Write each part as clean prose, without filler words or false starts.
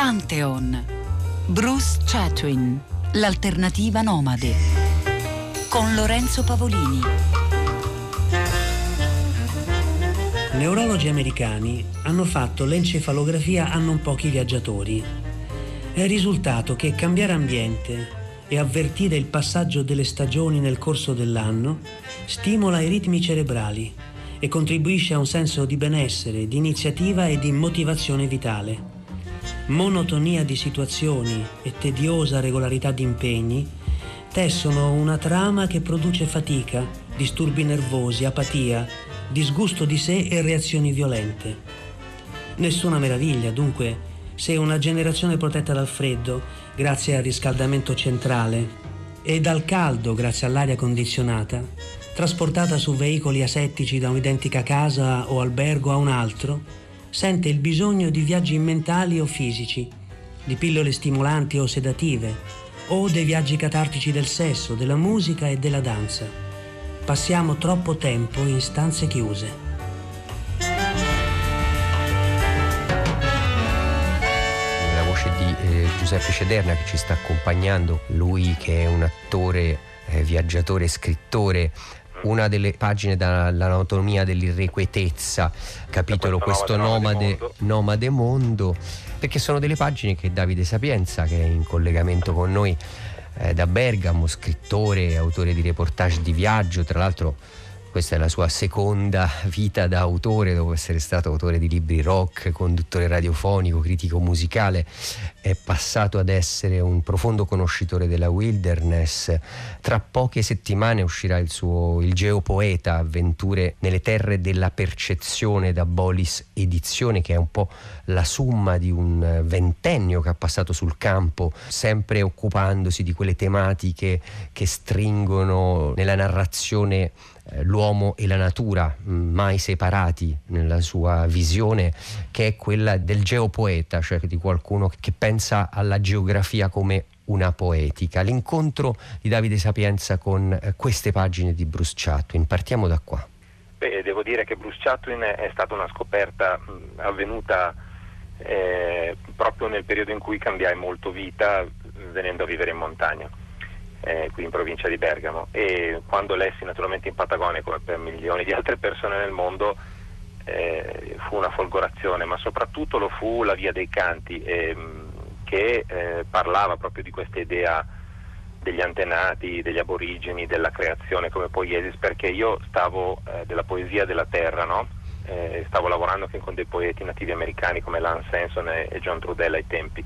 Pantheon. Bruce Chatwin, l'alternativa nomade. Con Lorenzo Pavolini. Neurologi americani hanno fatto l'encefalografia a non pochi viaggiatori. È risultato che cambiare ambiente e avvertire il passaggio delle stagioni nel corso dell'anno stimola i ritmi cerebrali e contribuisce a un senso di benessere, di iniziativa e di motivazione vitale. Monotonia di situazioni e tediosa regolarità di impegni tessono una trama che produce fatica, disturbi nervosi, apatia, disgusto di sé e reazioni violente. Nessuna meraviglia, dunque, se una generazione protetta dal freddo, grazie al riscaldamento centrale, e dal caldo, grazie all'aria condizionata, trasportata su veicoli asettici da un'identica casa o albergo a un altro, sente il bisogno di viaggi mentali o fisici, di pillole stimolanti o sedative, o dei viaggi catartici del sesso, della musica e della danza. Passiamo troppo tempo in stanze chiuse. Giuseppe Cederna, che ci sta accompagnando, lui che è un attore, viaggiatore, scrittore. Una delle pagine dall'anatomia dell'irrequietezza, capitolo questo nomade mondo, perché sono delle pagine che Davide Sapienza, che è in collegamento con noi da Bergamo, scrittore, autore di reportage di viaggio, tra l'altro questa è la sua seconda vita da autore, dopo essere stato autore di libri rock, conduttore radiofonico, critico musicale, è passato ad essere un profondo conoscitore della wilderness. Tra poche settimane uscirà il Geopoeta, avventure nelle terre della percezione, da Bolis Edizione, che è un po' la summa di un ventennio che ha passato sul campo, sempre occupandosi di quelle tematiche che stringono nella narrazione l'uomo e la natura, mai separati nella sua visione, che è quella del geopoeta, cioè di qualcuno che pensa alla geografia come una poetica. L'incontro di Davide Sapienza con queste pagine di Bruce Chatwin. Partiamo da qua. Devo dire che Bruce Chatwin è stata una scoperta avvenuta proprio nel periodo in cui cambiai molto vita venendo a vivere in montagna. Qui in provincia di Bergamo, e quando lessi naturalmente in Patagonia, come per milioni di altre persone nel mondo, fu una folgorazione, ma soprattutto lo fu La Via dei Canti, che parlava proprio di questa idea degli antenati, degli aborigeni, della creazione come poiesis, perché io stavo della poesia della terra, no? Stavo lavorando anche con dei poeti nativi americani come Lance Henson e John Trudell ai tempi.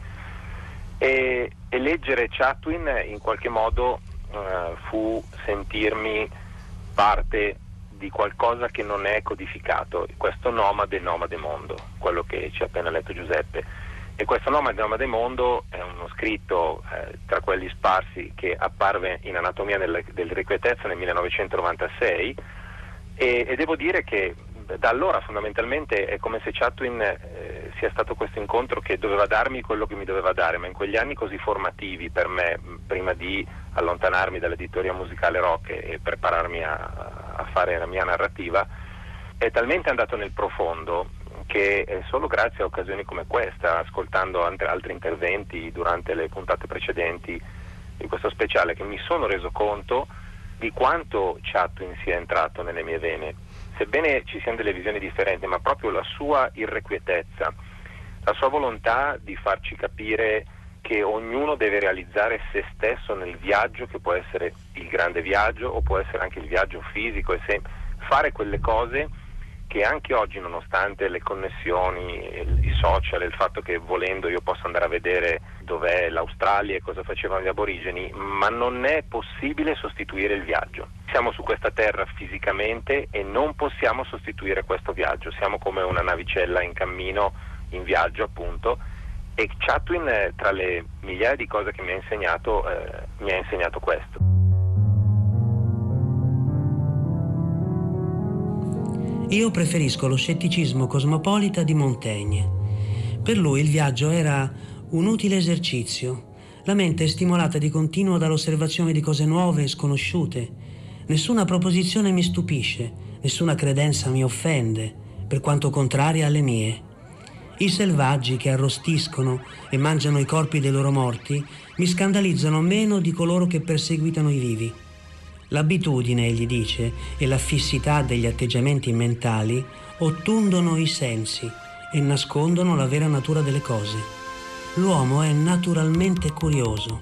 E leggere Chatwin in qualche modo fu sentirmi parte di qualcosa che non è codificato, questo nomade mondo, quello che ci ha appena letto Giuseppe. E questo nomade mondo è uno scritto tra quelli sparsi che apparve in Anatomia dell'irrequietezza nel 1996, e devo dire che da allora fondamentalmente è come se Chatwin sia stato questo incontro che doveva darmi quello che mi doveva dare, ma in quegli anni così formativi per me, prima di allontanarmi dall'editoria musicale rock e prepararmi a fare la mia narrativa, è talmente andato nel profondo che è solo grazie a occasioni come questa, ascoltando altri interventi durante le puntate precedenti di questo speciale, che mi sono reso conto di quanto Chatwin sia entrato nelle mie vene. Sebbene ci siano delle visioni differenti, ma proprio la sua irrequietezza, la sua volontà di farci capire che ognuno deve realizzare se stesso nel viaggio, che può essere il grande viaggio o può essere anche il viaggio fisico, e fare quelle cose che anche oggi, nonostante le connessioni, i social, il fatto che volendo io possa andare a vedere dov'è l'Australia e cosa facevano gli aborigeni, ma non è possibile sostituire il viaggio. Siamo su questa terra fisicamente e non possiamo sostituire questo viaggio, siamo come una navicella in cammino, in viaggio appunto, e Chatwin tra le migliaia di cose che mi ha insegnato questo. Io preferisco lo scetticismo cosmopolita di Montaigne. Per lui il viaggio era un utile esercizio. La mente è stimolata di continuo dall'osservazione di cose nuove e sconosciute. Nessuna proposizione mi stupisce, nessuna credenza mi offende, per quanto contraria alle mie. I selvaggi che arrostiscono e mangiano i corpi dei loro morti mi scandalizzano meno di coloro che perseguitano i vivi. L'abitudine, egli dice, e la fissità degli atteggiamenti mentali ottundono i sensi e nascondono la vera natura delle cose. L'uomo è naturalmente curioso.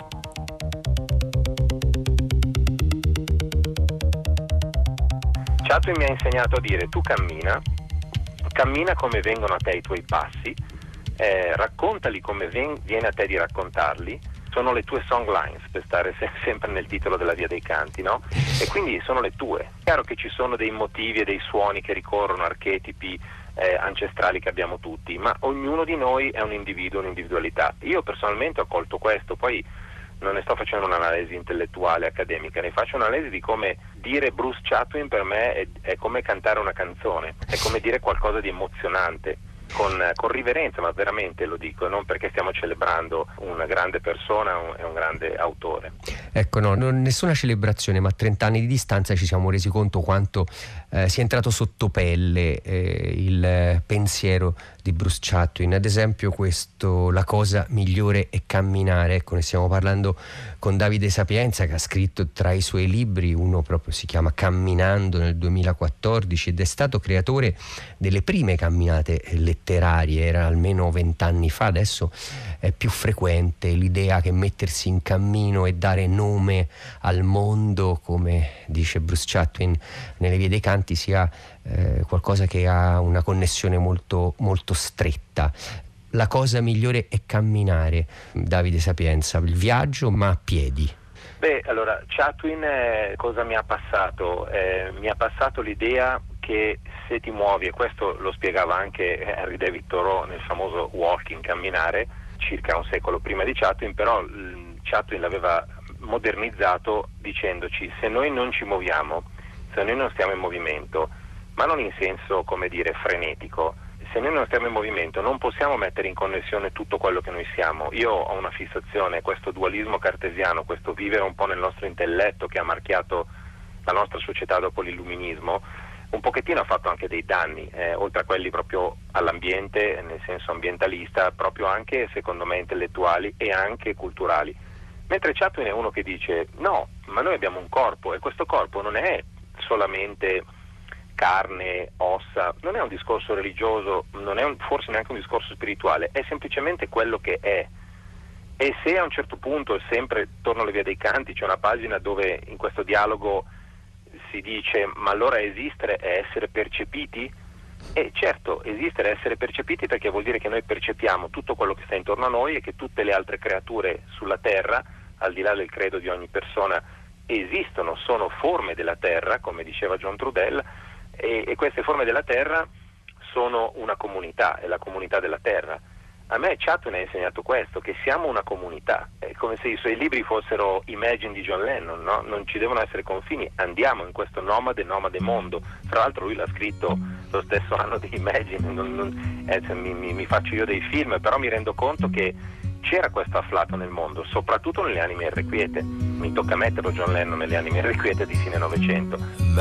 Chatwin mi ha insegnato a dire: tu cammina come vengono a te i tuoi passi, raccontali come viene a te di raccontarli. Sono le tue song lines, per stare sempre nel titolo della Via dei Canti, no? E quindi sono le tue. È chiaro che ci sono dei motivi e dei suoni che ricorrono, archetipi ancestrali che abbiamo tutti, ma ognuno di noi è un individuo, un'individualità. Io personalmente ho colto questo, poi non ne sto facendo un'analisi intellettuale, accademica, ne faccio un'analisi di come dire Bruce Chatwin per me è come cantare una canzone, è come dire qualcosa di emozionante, con riverenza, ma veramente lo dico, non perché stiamo celebrando una grande persona e un grande autore. Ecco, no, nessuna celebrazione, ma a 30 anni di distanza ci siamo resi conto quanto sia entrato sotto pelle il pensiero di Bruce Chatwin. Ad esempio questo: la cosa migliore è camminare. Ecco, ne stiamo parlando con Davide Sapienza, che ha scritto tra i suoi libri, uno proprio si chiama Camminando nel 2014, ed è stato creatore delle prime camminate letterarie. Era almeno 20 anni fa. Adesso è più frequente l'idea che mettersi in cammino e dare nome al mondo, come dice Bruce Chatwin nelle Vie dei Canti, sia qualcosa che ha una connessione molto, molto stretta. La cosa migliore è camminare, Davide Sapienza, il viaggio ma a piedi. Beh, allora, Chatwin cosa mi ha passato? Mi ha passato l'idea che se ti muovi, e questo lo spiegava anche Henry David Thoreau nel famoso Walking, camminare, circa un secolo prima di Chatwin, però Chatwin l'aveva modernizzato dicendoci: se noi non ci muoviamo, se noi non stiamo in movimento, ma non in senso, come dire, frenetico, se noi non stiamo in movimento non possiamo mettere in connessione tutto quello che noi siamo. Io ho una fissazione, questo dualismo cartesiano, questo vivere un po' nel nostro intelletto che ha marchiato la nostra società dopo l'illuminismo, un pochettino ha fatto anche dei danni, oltre a quelli proprio all'ambiente, nel senso ambientalista, proprio anche secondo me intellettuali e anche culturali. Mentre Chatwin è uno che dice: no, ma noi abbiamo un corpo, e questo corpo non è solamente carne, ossa, non è un discorso religioso, non è forse neanche un discorso spirituale, è semplicemente quello che è. E se a un certo punto, sempre torno alle Vie dei Canti, c'è una pagina dove in questo dialogo si dice: ma allora esistere è essere percepiti? E certo, esistere è essere percepiti, perché vuol dire che noi percepiamo tutto quello che sta intorno a noi e che tutte le altre creature sulla terra, al di là del credo di ogni persona, esistono, sono forme della terra, come diceva John Trudell, e queste forme della terra sono una comunità, è la comunità della terra. A me Chatwin ha insegnato questo, che siamo una comunità, è come se i suoi libri fossero Imagine di John Lennon, no? Non ci devono essere confini, andiamo in questo nomade mondo. Tra l'altro lui l'ha scritto lo stesso anno di Imagine, mi faccio io dei film, però mi rendo conto che c'era questo afflato nel mondo, soprattutto nelle anime irrequiete. Mi tocca metterlo John Lennon nelle anime irrequiete di fine Novecento.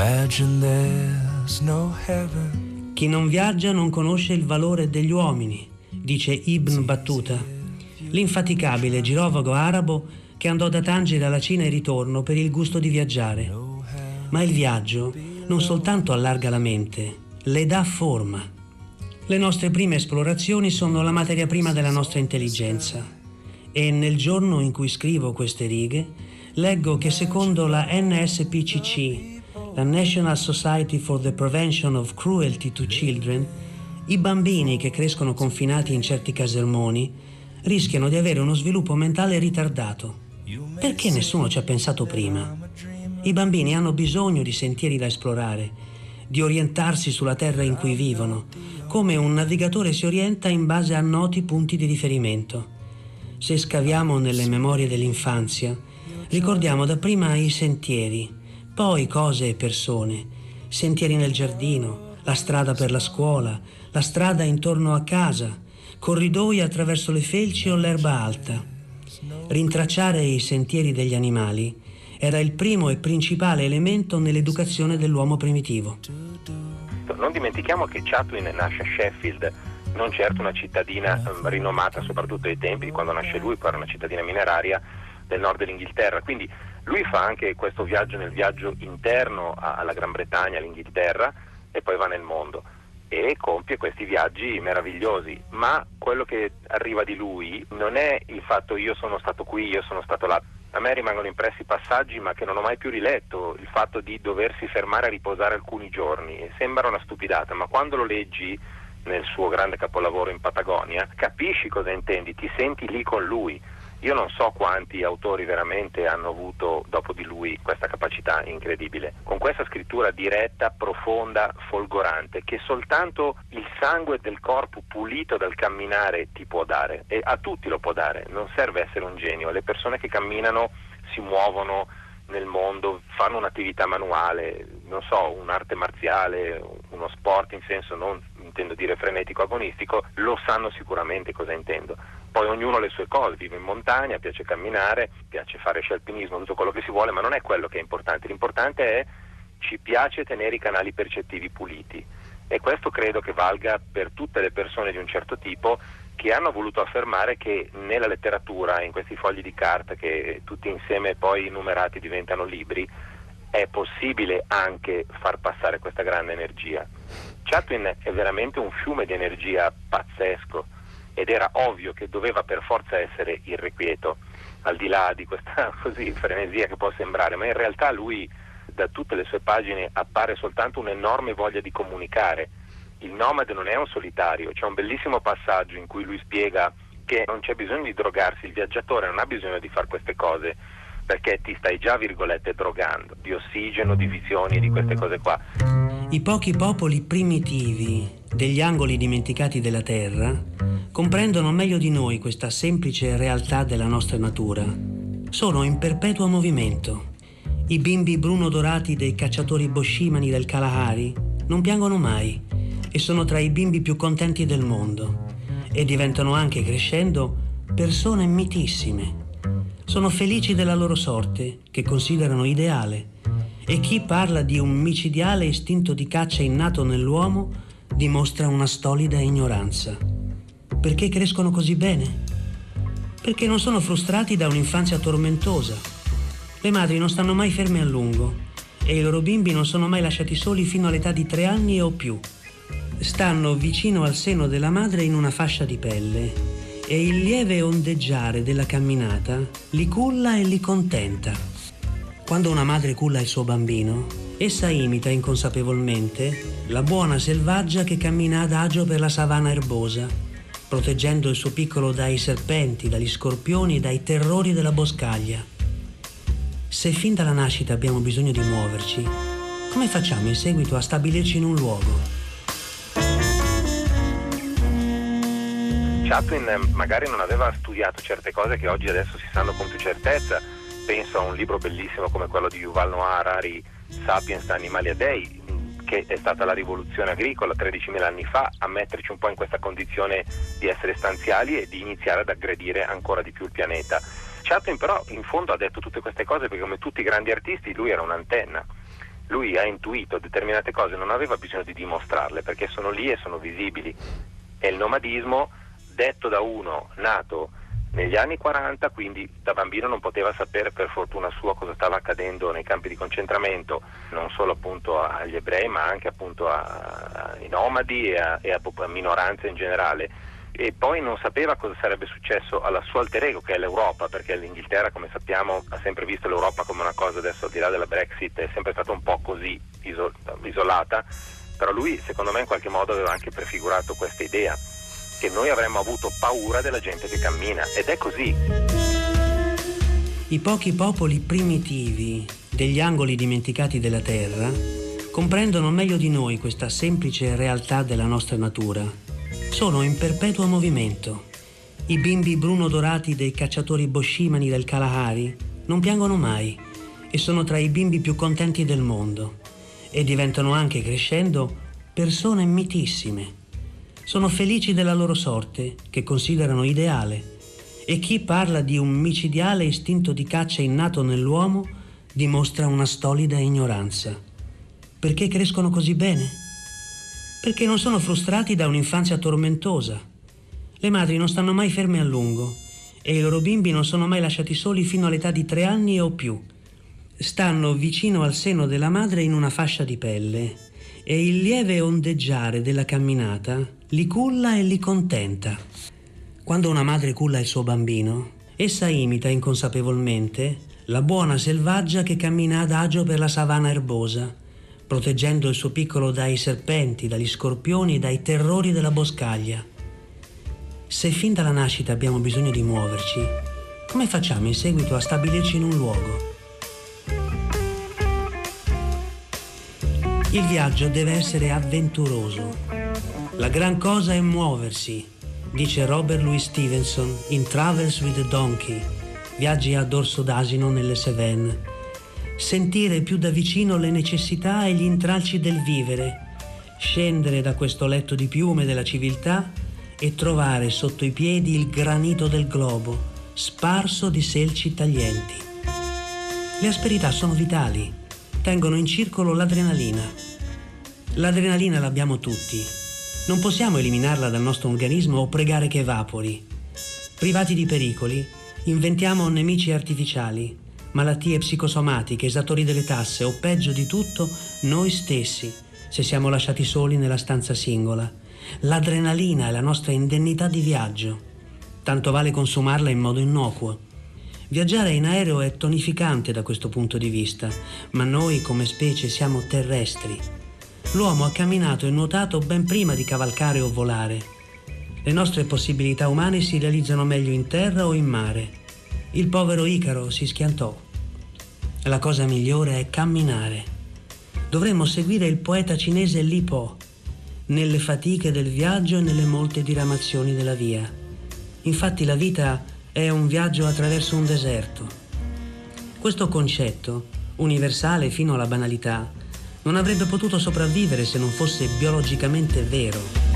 Chi non viaggia non conosce il valore degli uomini, dice Ibn Battuta, l'infaticabile girovago arabo che andò da Tangere alla Cina e ritorno per il gusto di viaggiare. Ma il viaggio non soltanto allarga la mente, le dà forma. Le nostre prime esplorazioni sono la materia prima della nostra intelligenza, e nel giorno in cui scrivo queste righe leggo che secondo la NSPCC, la National Society for the Prevention of Cruelty to Children, i bambini che crescono confinati in certi casermoni rischiano di avere uno sviluppo mentale ritardato. Perché nessuno ci ha pensato prima? I bambini hanno bisogno di sentieri da esplorare, di orientarsi sulla terra in cui vivono, come un navigatore si orienta in base a noti punti di riferimento. Se scaviamo nelle memorie dell'infanzia, ricordiamo dapprima i sentieri, poi cose e persone, sentieri nel giardino, la strada per la scuola, la strada intorno a casa, corridoi attraverso le felci o l'erba alta. Rintracciare i sentieri degli animali era il primo e principale elemento nell'educazione dell'uomo primitivo. Non dimentichiamo che Chatwin nasce a Sheffield, non certo una cittadina rinomata soprattutto ai tempi di quando nasce lui, poi era una cittadina mineraria del nord dell'Inghilterra. Quindi lui fa anche questo viaggio nel viaggio interno alla Gran Bretagna, all'Inghilterra, e poi va nel mondo e compie questi viaggi meravigliosi. Ma quello che arriva di lui non è il fatto io sono stato qui, io sono stato là. A me rimangono impressi passaggi, ma che non ho mai più riletto, il fatto di doversi fermare a riposare alcuni giorni. Sembra una stupidata, ma quando lo leggi nel suo grande capolavoro in Patagonia, capisci cosa intendi, ti senti lì con lui. Io non so quanti autori veramente hanno avuto dopo di lui questa capacità incredibile, con questa scrittura diretta, profonda, folgorante, che soltanto il sangue del corpo pulito dal camminare ti può dare, e a tutti lo può dare, non serve essere un genio. Le persone che camminano, si muovono nel mondo, fanno un'attività manuale, non so, un'arte marziale, uno sport in senso non intendo dire frenetico agonistico, lo sanno sicuramente cosa intendo. Poi ognuno ha le sue cose, vive in montagna, piace camminare, piace fare sci alpinismo, tutto quello che si vuole, ma non è quello che è importante. L'importante è ci piace tenere i canali percettivi puliti, e questo credo che valga per tutte le persone di un certo tipo che hanno voluto affermare che nella letteratura, in questi fogli di carta che tutti insieme poi numerati diventano libri, è possibile anche far passare questa grande energia. Chatwin è veramente un fiume di energia pazzesco, ed era ovvio che doveva per forza essere irrequieto, al di là di questa così frenesia che può sembrare, ma in realtà lui da tutte le sue pagine appare soltanto un'enorme voglia di comunicare. Il nomade non è un solitario, c'è un bellissimo passaggio in cui lui spiega che non c'è bisogno di drogarsi, il viaggiatore non ha bisogno di fare queste cose perché ti stai già, virgolette, drogando, di ossigeno, di visioni, di queste cose qua. I pochi popoli primitivi degli angoli dimenticati della terra comprendono meglio di noi questa semplice realtà della nostra natura. Sono in perpetuo movimento. I bimbi bruno-dorati dei cacciatori boscimani del Kalahari non piangono mai e sono tra i bimbi più contenti del mondo, e diventano anche, crescendo, persone mitissime. Sono felici della loro sorte, che considerano ideale, e chi parla di un micidiale istinto di caccia innato nell'uomo dimostra una stolida ignoranza. Perché crescono così bene? Perché non sono frustrati da un'infanzia tormentosa. Le madri non stanno mai ferme a lungo e i loro bimbi non sono mai lasciati soli fino all'età di 3 anni o più. Stanno vicino al seno della madre in una fascia di pelle, e il lieve ondeggiare della camminata li culla e li contenta. Quando una madre culla il suo bambino, essa imita inconsapevolmente la buona selvaggia che cammina adagio per la savana erbosa, proteggendo il suo piccolo dai serpenti, dagli scorpioni e dai terrori della boscaglia. Se fin dalla nascita abbiamo bisogno di muoverci, come facciamo in seguito a stabilirci in un luogo? Chatwin magari non aveva studiato certe cose che oggi adesso si sanno con più certezza. Penso a un libro bellissimo come quello di Yuval Noah Harari, Sapiens, Animalia Dei, che è stata la rivoluzione agricola 13.000 anni fa a metterci un po' in questa condizione di essere stanziali e di iniziare ad aggredire ancora di più il pianeta. Chatwin però in fondo ha detto tutte queste cose perché, come tutti i grandi artisti, lui era un'antenna. Lui ha intuito determinate cose, non aveva bisogno di dimostrarle perché sono lì e sono visibili. E il nomadismo, detto da uno nato negli anni 40, quindi da bambino non poteva sapere, per fortuna sua, cosa stava accadendo nei campi di concentramento, non solo appunto agli ebrei ma anche appunto ai nomadi e a minoranze in generale, e poi non sapeva cosa sarebbe successo alla sua alter ego, che è l'Europa, perché l'Inghilterra, come sappiamo, ha sempre visto l'Europa come una cosa, adesso al di là della Brexit è sempre stata un po' così isolata, però lui secondo me in qualche modo aveva anche prefigurato questa idea che noi avremmo avuto paura della gente che cammina, ed è così. I pochi popoli primitivi degli angoli dimenticati della terra comprendono meglio di noi questa semplice realtà della nostra natura. Sono in perpetuo movimento. I bimbi bruno-dorati dei cacciatori boscimani del Kalahari non piangono mai e sono tra i bimbi più contenti del mondo, e diventano anche, crescendo, persone mitissime. Sono felici della loro sorte, che considerano ideale, e chi parla di un micidiale istinto di caccia innato nell'uomo dimostra una stolida ignoranza. Perché crescono così bene? Perché non sono frustrati da un'infanzia tormentosa. Le madri non stanno mai ferme a lungo e i loro bimbi non sono mai lasciati soli fino all'età di 3 anni o più. Stanno vicino al seno della madre in una fascia di pelle e il lieve ondeggiare della camminata li culla e li contenta. Quando una madre culla il suo bambino, essa imita inconsapevolmente la buona selvaggia che cammina adagio per la savana erbosa, proteggendo il suo piccolo dai serpenti, dagli scorpioni e dai terrori della boscaglia. Se fin dalla nascita abbiamo bisogno di muoverci, come facciamo in seguito a stabilirci in un luogo? Il viaggio deve essere avventuroso. La gran cosa è muoversi, dice Robert Louis Stevenson in Travels with the Donkey, Viaggi a dorso d'asino nelle Cévennes. Sentire più da vicino le necessità e gli intralci del vivere, scendere da questo letto di piume della civiltà e trovare sotto i piedi il granito del globo, sparso di selci taglienti. Le asperità sono vitali, tengono in circolo l'adrenalina. L'adrenalina l'abbiamo tutti. Non possiamo eliminarla dal nostro organismo o pregare che evapori. Privati di pericoli, inventiamo nemici artificiali, malattie psicosomatiche, esattori delle tasse o peggio di tutto, noi stessi, se siamo lasciati soli nella stanza singola. L'adrenalina è la nostra indennità di viaggio. Tanto vale consumarla in modo innocuo. Viaggiare in aereo è tonificante da questo punto di vista, ma noi come specie siamo terrestri. L'uomo ha camminato e nuotato ben prima di cavalcare o volare. Le nostre possibilità umane si realizzano meglio in terra o in mare. Il povero Icaro si schiantò. La cosa migliore è camminare. Dovremmo seguire il poeta cinese Li Po nelle fatiche del viaggio e nelle molte diramazioni della via. Infatti la vita è un viaggio attraverso un deserto. Questo concetto, universale fino alla banalità, non avrebbe potuto sopravvivere se non fosse biologicamente vero.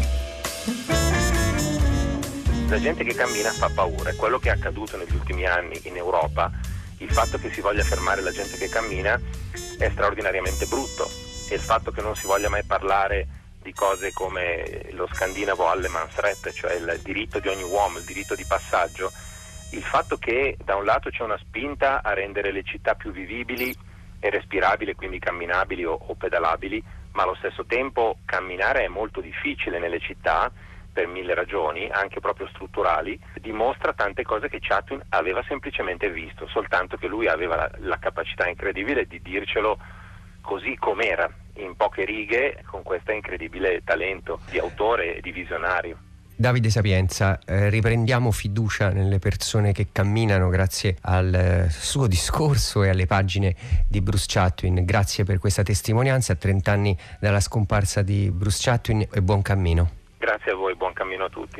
La gente che cammina fa paura, è quello che è accaduto negli ultimi anni in Europa. Il fatto che si voglia fermare la gente che cammina è straordinariamente brutto e il fatto che non si voglia mai parlare di cose come lo scandinavo Allemansrätt, cioè il diritto di ogni uomo, il diritto di passaggio, il fatto che da un lato c'è una spinta a rendere le città più vivibili e respirabili, quindi camminabili o pedalabili, ma allo stesso tempo camminare è molto difficile nelle città per 1000 ragioni, anche proprio strutturali, dimostra tante cose che Chatwin aveva semplicemente visto, soltanto che lui aveva la capacità incredibile di dircelo così com'era, in poche righe, con questo incredibile talento di autore e di visionario. Davide Sapienza, riprendiamo fiducia nelle persone che camminano grazie al suo discorso e alle pagine di Bruce Chatwin. Grazie per questa testimonianza a 30 anni dalla scomparsa di Bruce Chatwin e buon cammino. Grazie a voi, buon cammino a tutti.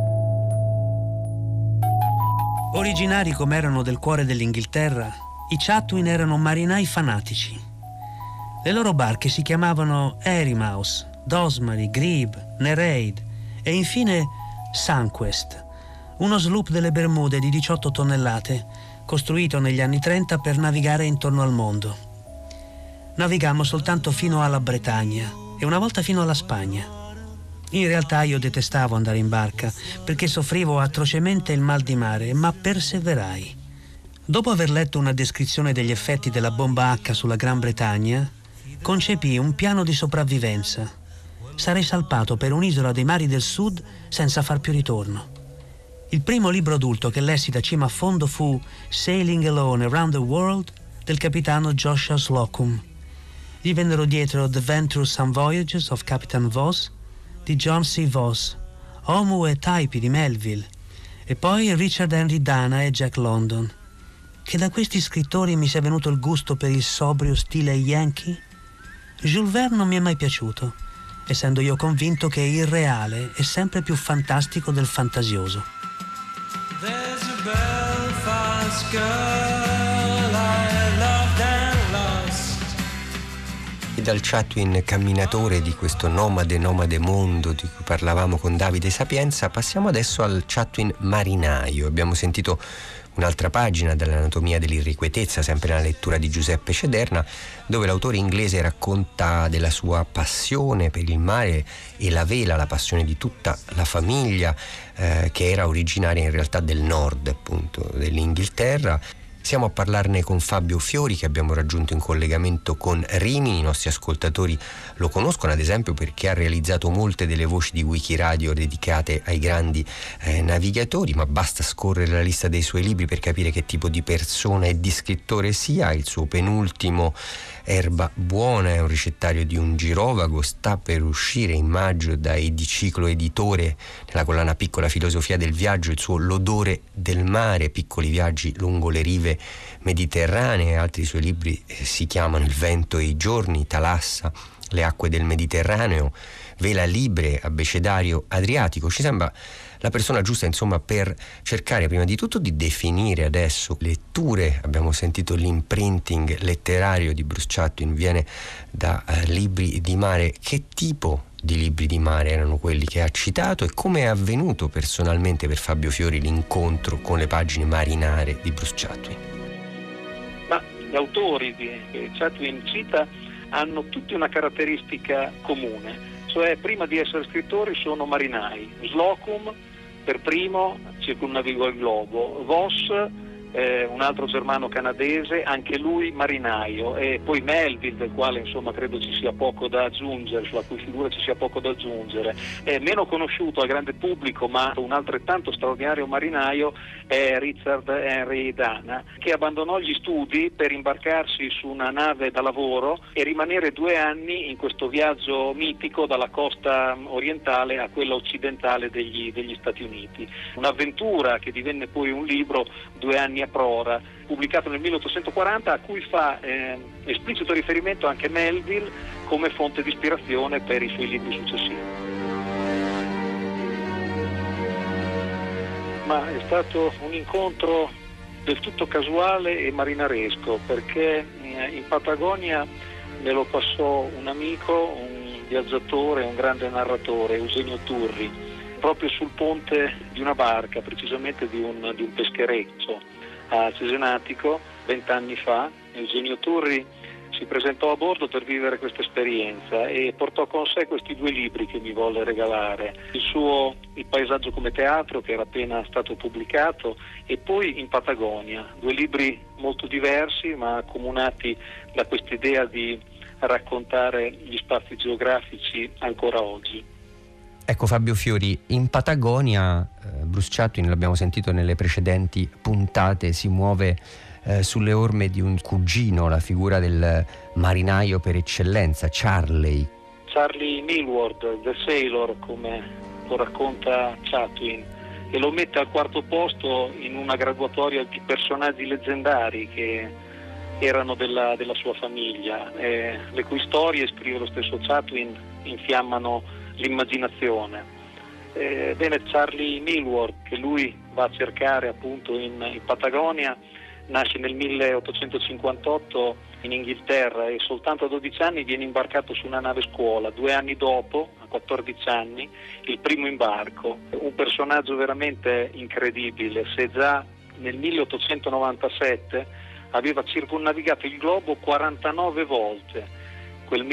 Originari come erano del cuore dell'Inghilterra, i Chatwin erano marinai fanatici. Le loro barche si chiamavano Erymouse, Dosmary, Grebe, Nereid e infine Sunquest, uno sloop delle Bermude di 18 tonnellate, costruito negli anni 30 per navigare intorno al mondo. Navigammo soltanto fino alla Bretagna e una volta fino alla Spagna. In realtà io detestavo andare in barca perché soffrivo atrocemente il mal di mare, ma perseverai. Dopo aver letto una descrizione degli effetti della bomba H sulla Gran Bretagna, concepii un piano di sopravvivenza. Sarei salpato per un'isola dei mari del sud senza far più ritorno. Il primo libro adulto che lessi da cima a fondo fu Sailing Alone Around the World del capitano Joshua Slocum. Gli vennero dietro The Venturesome Voyages of Captain Voss di John C. Voss, Homo e Type di Melville e poi Richard Henry Dana e Jack London. Che da questi scrittori mi sia venuto il gusto per il sobrio stile yankee? Jules Verne non mi è mai piaciuto, essendo io convinto che il reale è sempre più fantastico del fantasioso. There's a Belfast girl I loved and lost. Passati dal Chatwin camminatore, di questo nomade mondo di cui parlavamo con Davide Sapienza, passiamo adesso al Chatwin marinaio. Abbiamo sentito un'altra pagina dell'Anatomia dell'irrequietezza, sempre nella lettura di Giuseppe Cederna, dove l'autore inglese racconta della sua passione per il mare e la vela la passione di tutta la famiglia, che era originaria in realtà del nord, appunto, dell'Inghilterra. Siamo a parlarne con Fabio Fiori, che abbiamo raggiunto in collegamento con Rimini. I nostri ascoltatori lo conoscono ad esempio perché ha realizzato molte delle voci di Wikiradio dedicate ai grandi navigatori, ma basta scorrere la lista dei suoi libri per capire che tipo di persona e di scrittore sia. Il suo penultimo, Erba buona, è un ricettario di un girovago, sta per uscire in maggio da Ediciclo Editore nella collana Piccola filosofia del viaggio il suo L'odore del mare, piccoli viaggi lungo le rive mediterranee. Altri suoi libri si chiamano Il vento e i giorni, Talassa, Le acque del Mediterraneo, Vela libre, Abbecedario adriatico. Ci sembra la persona giusta, insomma, per cercare prima di tutto di definire adesso letture. Abbiamo sentito l'imprinting letterario di Bruce Chatwin, viene da libri di mare. Che tipo di libri di mare erano quelli che ha citato e come è avvenuto personalmente per Fabio Fiori l'incontro con le pagine marinare di Bruce Chatwin? Ma gli autori che Chatwin cita hanno tutti una caratteristica comune, cioè prima di essere scrittori sono marinai. Slocum per primo circumnavigò il globo, Voss un altro germano canadese, anche lui marinaio, e poi Melville, del quale insomma credo ci sia poco da aggiungere, sulla cui figura ci sia poco da aggiungere. È meno conosciuto al grande pubblico, ma un altrettanto straordinario marinaio è Richard Henry Dana, che abbandonò gli studi per imbarcarsi su una nave da lavoro e rimanere 2 anni in questo viaggio mitico dalla costa orientale a quella occidentale degli Stati Uniti. Un'avventura che divenne poi un libro 2 anni a prora, pubblicato nel 1840, a cui fa esplicito riferimento anche Melville come fonte di ispirazione per i suoi libri successivi. Ma è stato un incontro del tutto casuale e marinaresco, perché in Patagonia me lo passò un amico, un viaggiatore, un grande narratore, Eugenio Turri, proprio sul ponte di una barca, precisamente di un peschereccio a Cesenatico 20 anni fa. Eugenio Turri si presentò a bordo per vivere questa esperienza e portò con sé questi 2 libri che mi volle regalare: Il paesaggio come teatro, che era appena stato pubblicato, e poi In Patagonia, 2 libri molto diversi ma accomunati da quest'idea di raccontare gli spazi geografici ancora oggi. Ecco Fabio Fiori, in Patagonia Bruce Chatwin, l'abbiamo sentito nelle precedenti puntate, si muove sulle orme di un cugino, la figura del marinaio per eccellenza, Charlie Millward, The Sailor, come lo racconta Chatwin, e lo mette al 4° posto in una graduatoria di personaggi leggendari che erano della sua famiglia, le cui storie, scrive lo stesso Chatwin, infiammano l'immaginazione. Bene, Charlie Millward, che lui va a cercare appunto in Patagonia, nasce nel 1858 in Inghilterra e soltanto a 12 anni viene imbarcato su una nave scuola. 2 anni dopo, a 14 anni, il primo imbarco. Un personaggio veramente incredibile. Se già nel 1897 aveva circumnavigato il globo 49 volte, quel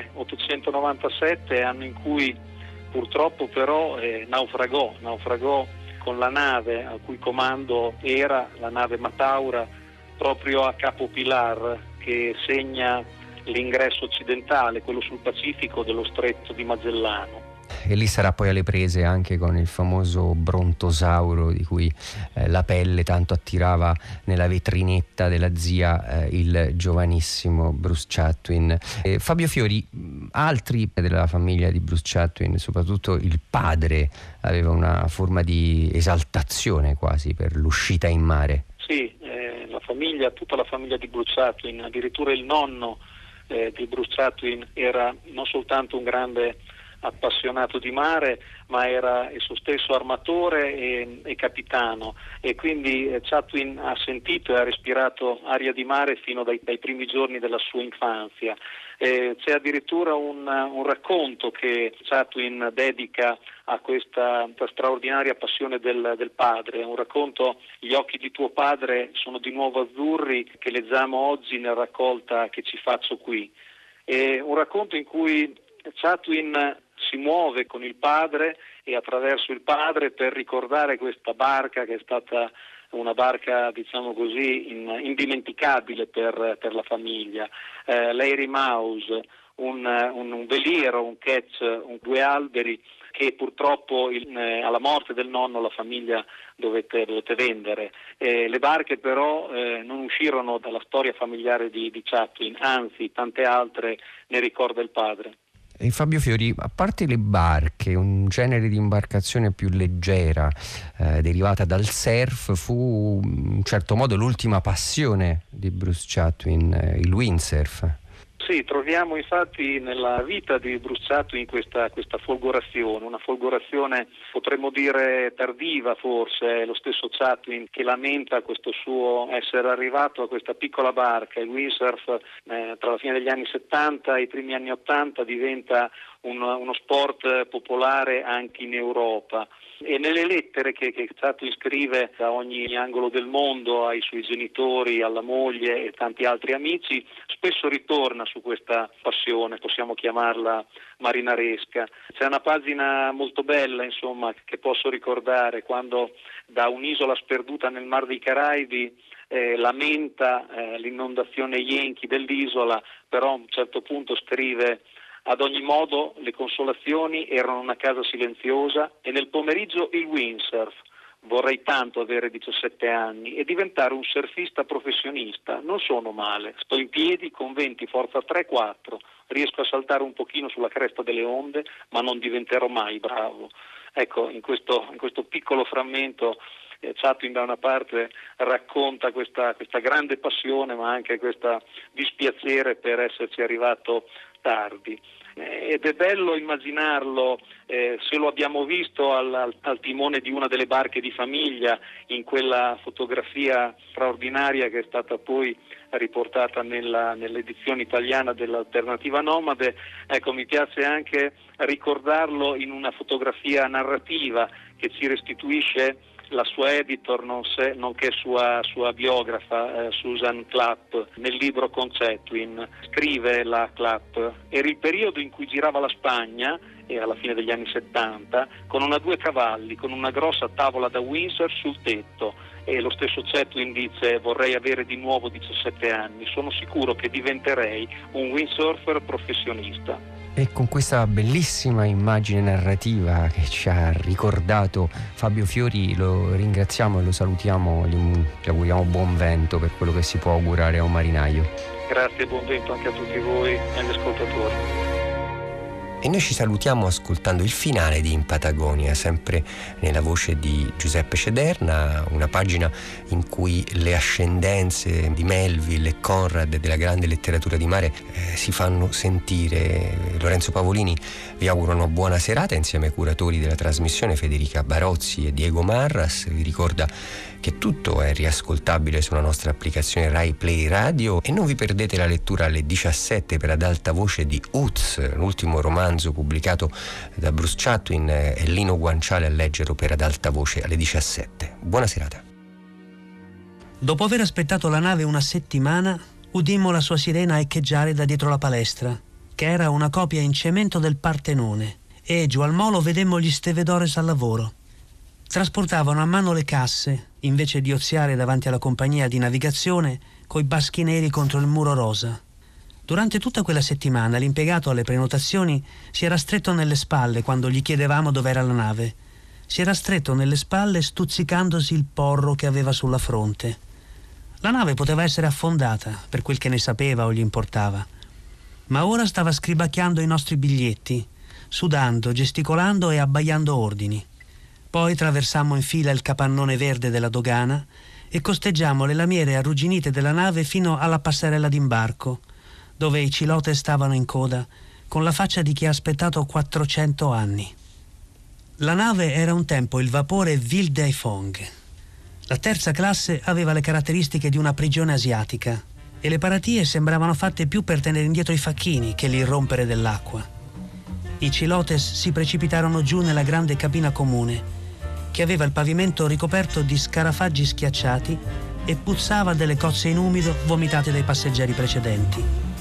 1897 anno in cui purtroppo però naufragò con la nave al cui comando era la nave Mataura, proprio a Capo Pilar, che segna l'ingresso occidentale, quello sul Pacifico dello Stretto di Magellano. E lì sarà poi alle prese anche con il famoso brontosauro di cui la pelle tanto attirava nella vetrinetta della zia il giovanissimo Bruce Chatwin. Fabio Fiori, altri della famiglia di Bruce Chatwin, soprattutto il padre, aveva una forma di esaltazione quasi per l'uscita in mare. Sì, tutta la famiglia di Bruce Chatwin, addirittura il nonno di Bruce Chatwin era non soltanto un grande appassionato di mare, ma era esso stesso armatore e capitano, e quindi Chatwin ha sentito e ha respirato aria di mare fino dai primi giorni della sua infanzia. C'è addirittura un racconto che Chatwin dedica a questa straordinaria passione del padre, un racconto "Gli occhi di tuo padre sono di nuovo azzurri", che leggiamo oggi nella raccolta che ci faccio qui. È un racconto in cui Chatwin si muove con il padre e attraverso il padre per ricordare questa barca che è stata una barca, diciamo così, indimenticabile per la famiglia. L'Airy Mouse, un veliero, un ketch, due alberi che purtroppo alla morte del nonno la famiglia dovette vendere. Le barche però non uscirono dalla storia familiare di Chatwin, anzi tante altre ne ricorda il padre. E Fabio Fiori, a parte le barche, un genere di imbarcazione più leggera derivata dal surf, fu in un certo modo l'ultima passione di Bruce Chatwin, il windsurf. Sì, troviamo infatti nella vita di Bruce Chatwin questa folgorazione, una folgorazione potremmo dire tardiva forse, è lo stesso Chatwin che lamenta questo suo essere arrivato a questa piccola barca. Il windsurf tra la fine degli anni 70 e i primi anni 80 diventa uno sport popolare anche in Europa. E nelle lettere che Chatwin scrive da ogni angolo del mondo ai suoi genitori, alla moglie e tanti altri amici, spesso ritorna su questa passione, possiamo chiamarla marinaresca. C'è una pagina molto bella, insomma, che posso ricordare, quando da un'isola sperduta nel Mar dei Caraibi lamenta l'inondazione Yankee dell'isola, però a un certo punto scrive: ad ogni modo le consolazioni erano una casa silenziosa e nel pomeriggio il windsurf. Vorrei tanto avere 17 anni e diventare un surfista professionista. Non sono male, sto in piedi con venti forza 3-4, riesco a saltare un pochino sulla cresta delle onde, ma non diventerò mai bravo. Ecco, in questo piccolo frammento Chatwin da una parte racconta questa grande passione, ma anche questa dispiacere per esserci arrivato tardi. Ed è bello immaginarlo, se lo abbiamo visto al timone di una delle barche di famiglia, in quella fotografia straordinaria che è stata poi riportata nell'edizione italiana dell'Alternativa Nomade. Ecco, mi piace anche ricordarlo in una fotografia narrativa che ci restituisce la sua editor, nonché sua biografa, Susan Clapp, nel libro con Chatwin. Scrive la Clapp: era il periodo in cui girava la Spagna, e alla fine degli anni 70, con una 2 cavalli, con una grossa tavola da windsurf sul tetto. E lo stesso Chatwin dice: vorrei avere di nuovo 17 anni, sono sicuro che diventerei un windsurfer professionista. E con questa bellissima immagine narrativa che ci ha ricordato Fabio Fiori lo ringraziamo e lo salutiamo, gli auguriamo buon vento per quello che si può augurare a un marinaio. Grazie, buon vento anche a tutti voi e agli ascoltatori. E noi ci salutiamo ascoltando il finale di In Patagonia, sempre nella voce di Giuseppe Cederna, una pagina in cui le ascendenze di Melville e Conrad e della grande letteratura di mare si fanno sentire. Lorenzo Pavolini vi auguro una buona serata insieme ai curatori della trasmissione Federica Barozzi e Diego Marras. Vi ricorda che tutto è riascoltabile sulla nostra applicazione Rai Play Radio e non vi perdete la lettura alle 17 per Ad alta voce di Uz, l'ultimo romanzo pubblicato da Bruce Chatwin, e Lino Guanciale a leggerlo per Ad alta voce alle 17. Buona serata. Dopo aver aspettato la nave una settimana, udimmo la sua sirena echeggiare da dietro la palestra, che era una copia in cemento del Partenone, e giù al molo vedemmo gli stevedores al lavoro. Trasportavano a mano le casse, invece di oziare davanti alla compagnia di navigazione coi baschi neri contro il muro rosa. Durante tutta quella settimana l'impiegato alle prenotazioni si era stretto nelle spalle quando gli chiedevamo dov'era la nave. Si era stretto nelle spalle stuzzicandosi il porro che aveva sulla fronte. La nave poteva essere affondata, per quel che ne sapeva o gli importava. Ma ora stava scribacchiando i nostri biglietti, sudando, gesticolando e abbaiando ordini. Poi traversammo in fila il capannone verde della dogana e costeggiammo le lamiere arrugginite della nave fino alla passerella d'imbarco, dove i cilote stavano in coda, con la faccia di chi ha aspettato 400 anni. La nave era un tempo il vapore Ville d'Haiphong. La terza classe aveva le caratteristiche di una prigione asiatica e le paratie sembravano fatte più per tenere indietro i facchini che l'irrompere dell'acqua. I Chilotes si precipitarono giù nella grande cabina comune, che aveva il pavimento ricoperto di scarafaggi schiacciati e puzzava delle cozze in umido vomitate dai passeggeri precedenti.